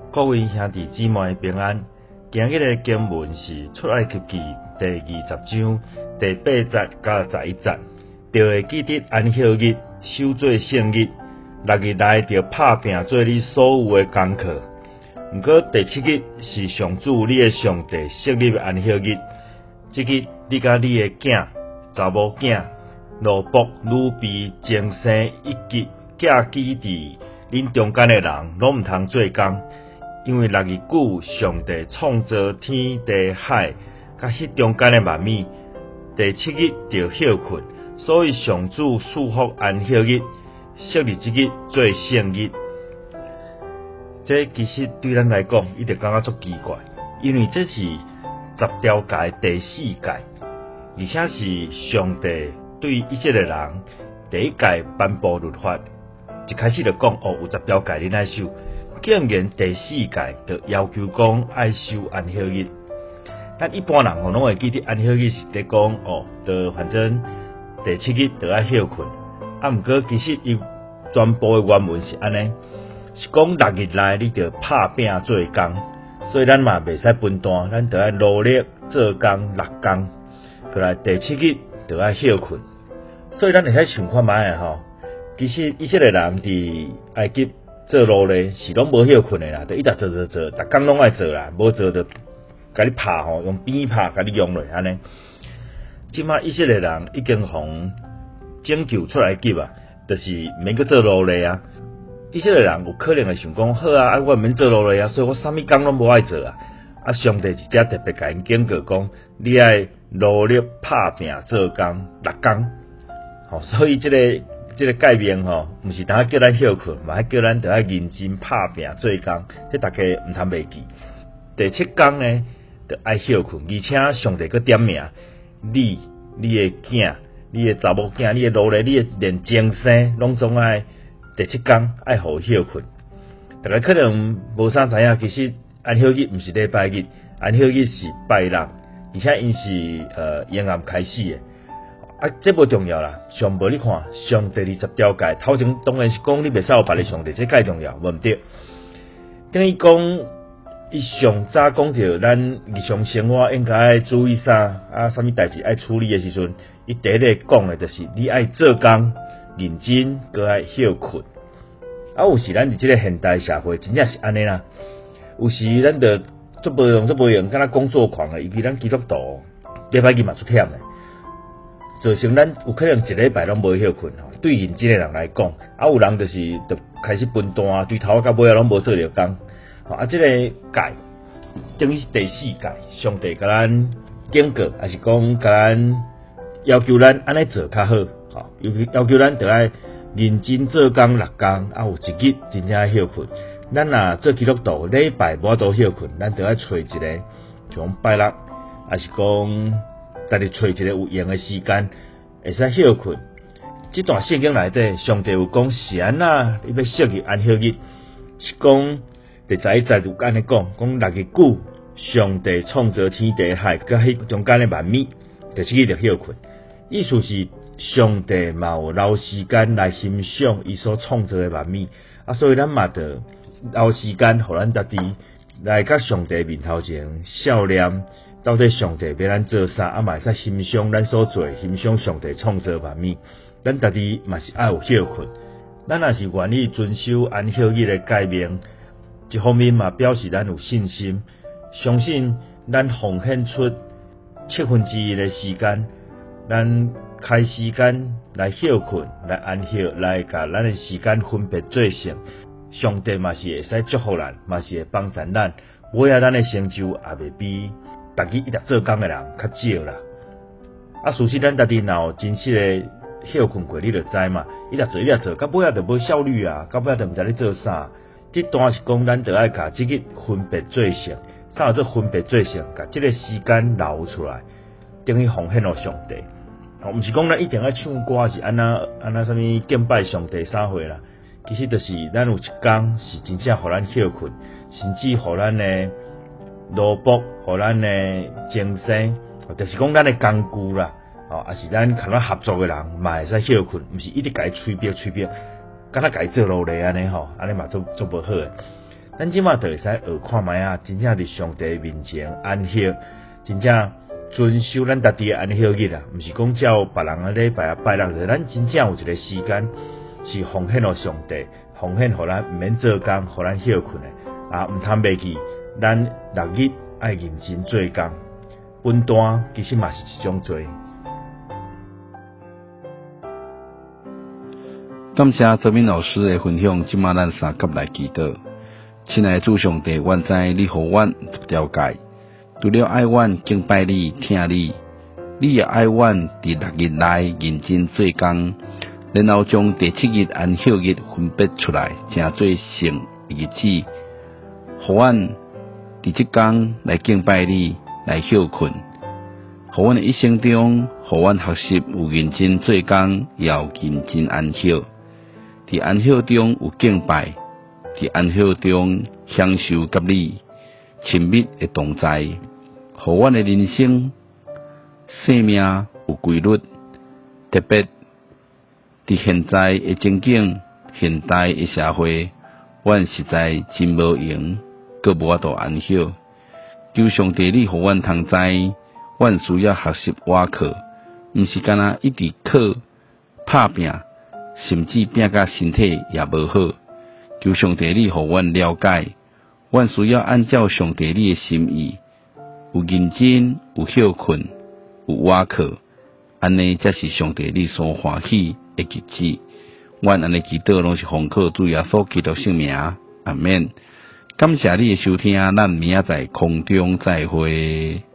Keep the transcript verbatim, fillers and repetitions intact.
各位兄弟姊妹平安。今日的经文是出埃及記第二十章第八節到十一節，就會記得安息日守做聖日，六日內就拍拼做你所有的工課。毋過第七日是上主你的上帝設立的安息日，即日你甲你的囝、查某囝、奴僕、女婢、精生以及寄居佇恁中間的人，攏毋通做工。因為六日久，上帝創造天地海，甲迄中間的萬物，第七日就休困，所以上主賜福安息日，設立即日做聖日。這其實對咱來講，伊就感覺足奇怪，因為這是十條誡第四誡，而且是上帝對以色列人第一誡頒布律法，一開始就講哦，有十條誡你愛守。竟然第四誡就要求講愛守安息日，咱一般人吼攏會記得安息日是咧講哦，就反正第七日就愛休困。啊，毋過其實伊全部的原文是安尼，是講六日內你就拍拼做工，所以咱嘛袂使分段，咱就愛努力做工六工，過來第七日就愛休困。所以咱會使想看覓下吼，其實以色列人佇埃及做奴隸是攏無休困的啦，就一直做做做，逐工攏愛做啦，無做就甲你拍吼，用鞭拍甲你用落安尼。即馬以色列人已經互拯救出來埃啊，就是免去做奴隸啊。以色列人有可能會想講，好啊，啊我免做奴隸啊，所以我啥物工攏無愛做啊。啊，上帝直接特別甲因警告講，你愛努力拍拼做工六工，吼，所以即、這個。即個誡命吼，毋是單叫咱休困，嘛叫咱着愛認真拍拼做工，即大家毋通袂記。第七工呢，着愛休困，而且上帝閣點名，你、你的囝、你的查某囝、你的奴隸、你的連精生，攏總愛第七工愛互休困。大家可能無啥知影，其實安息日毋是禮拜日，安息日是拜六，而且因是呃夜暗開始的。啊，這無重要啦。上無你看，上帝二十條誡，頭前當然是講你袂使有別個上帝，這介重要，無毋對。等於講，伊上早講着咱日常生活應該愛注意啥啊，啥物代志愛處理的時陣，伊第一個講的就是你愛做工認真，閣愛休困。啊，有時咱佇即個現代社會真正是安尼啦。有時咱着做無用做無用，敢若工作狂的，尤其咱基督徒，禮拜日嘛足忝的。造成咱有可能一禮拜攏無休困吼，對認真的人來講，啊有人就是就開始分段，對頭到尾啊攏無做着工，吼啊，這個誡等於是第四誡，上帝甲咱警告，還是講甲咱要求咱安尼做較好，吼，尤其要求咱着愛認真做工六工，啊有一日真正愛休困。咱若做基督徒，禮拜無法度休困，咱着愛找一個像拜六，還是講。逐日找一個有用的時間，會使休困。這段聖經內底，上帝有講是安那，你要設立安息日，是講第十一節有安尼講，講六日久，上帝創造天地海，甲迄中間的萬物，第七日就休困。意思是上帝嘛有留時間來欣賞伊所創造的萬物，啊，所以咱嘛着留時間，互咱家己來甲上帝面頭前笑臉。到底上帝要咱做啥？啊，嘛會使欣賞咱所做，欣賞上帝創造萬物。咱家己嘛是愛有休困。咱若是願意遵守安息日的誡命，一方面嘛表示咱有信心，相信咱奉獻出七分之一的時間，咱開時間來休困，來安息，來甲咱的時間分別做成。上帝嘛是會使祝福咱，嘛是會幫助咱，尾仔咱的成就也袂比。逐日一直做工的人較少啦，啊，事實咱家己若有真實的休困過，你就知嘛。一直做一直做，到尾仔就無效率啊，到尾仔就毋知你做啥。這段是講咱就愛甲即日分別做成，啥叫做分別做成？甲即個時間留出來，等於奉獻予上帝。哦，毋是講咱一定要唱歌是安那安那啥物敬拜上帝啥貨啦。其實就是咱有一工是真正互咱休困，甚至互咱的。奴僕，互咱的精生，就是講咱的工具啦，哦，也是咱同咱合作嘅人，嘛會使休困，毋是一直甲伊催逼催逼，敢若甲伊做奴隸安尼吼，安尼嘛做做無好誒。 咱即马就会使学看觅啊，真正伫上帝面前安息，真正遵守咱家己诶安息日啊，毋是讲照别人诶礼拜啊拜六日，咱真正有一个时间是奉献互上帝，奉献互咱毋免做工，互咱休困诶啊，毋通忘记咱六日爱认真做工，分担其实嘛是一种做。 感谢周敏老师的分享，即马咱三甲来祈祷。亲爱的主上帝，愿知你互阮了解，除了爱阮敬拜你、听你，你也爱阮伫六日内认真做工，然后将第七日安息日分别出来，成做圣日子，互阮伫即天来敬拜你，来休困。互阮的一生中，互阮学习有认真做工，也有认真安息。伫安息中有敬拜，伫安息中享受甲你亲密的同在，互阮的人生生命有规律。特别伫现在的情景、现代的社会，阮实在真无用，阁无法度安息。求上帝你互阮通知，阮需要学习瓦课，毋是干那一直靠拍拼。甚至变甲身体也无好，求上帝你互阮了解，阮需要按照上帝你的心意，有认真，有休困，有瓦课，安尼才是上帝你所欢喜的日子。阮安尼祈祷拢是奉靠主耶稣基督圣名，阿免。感谢你的收听，咱明仔载空中再会。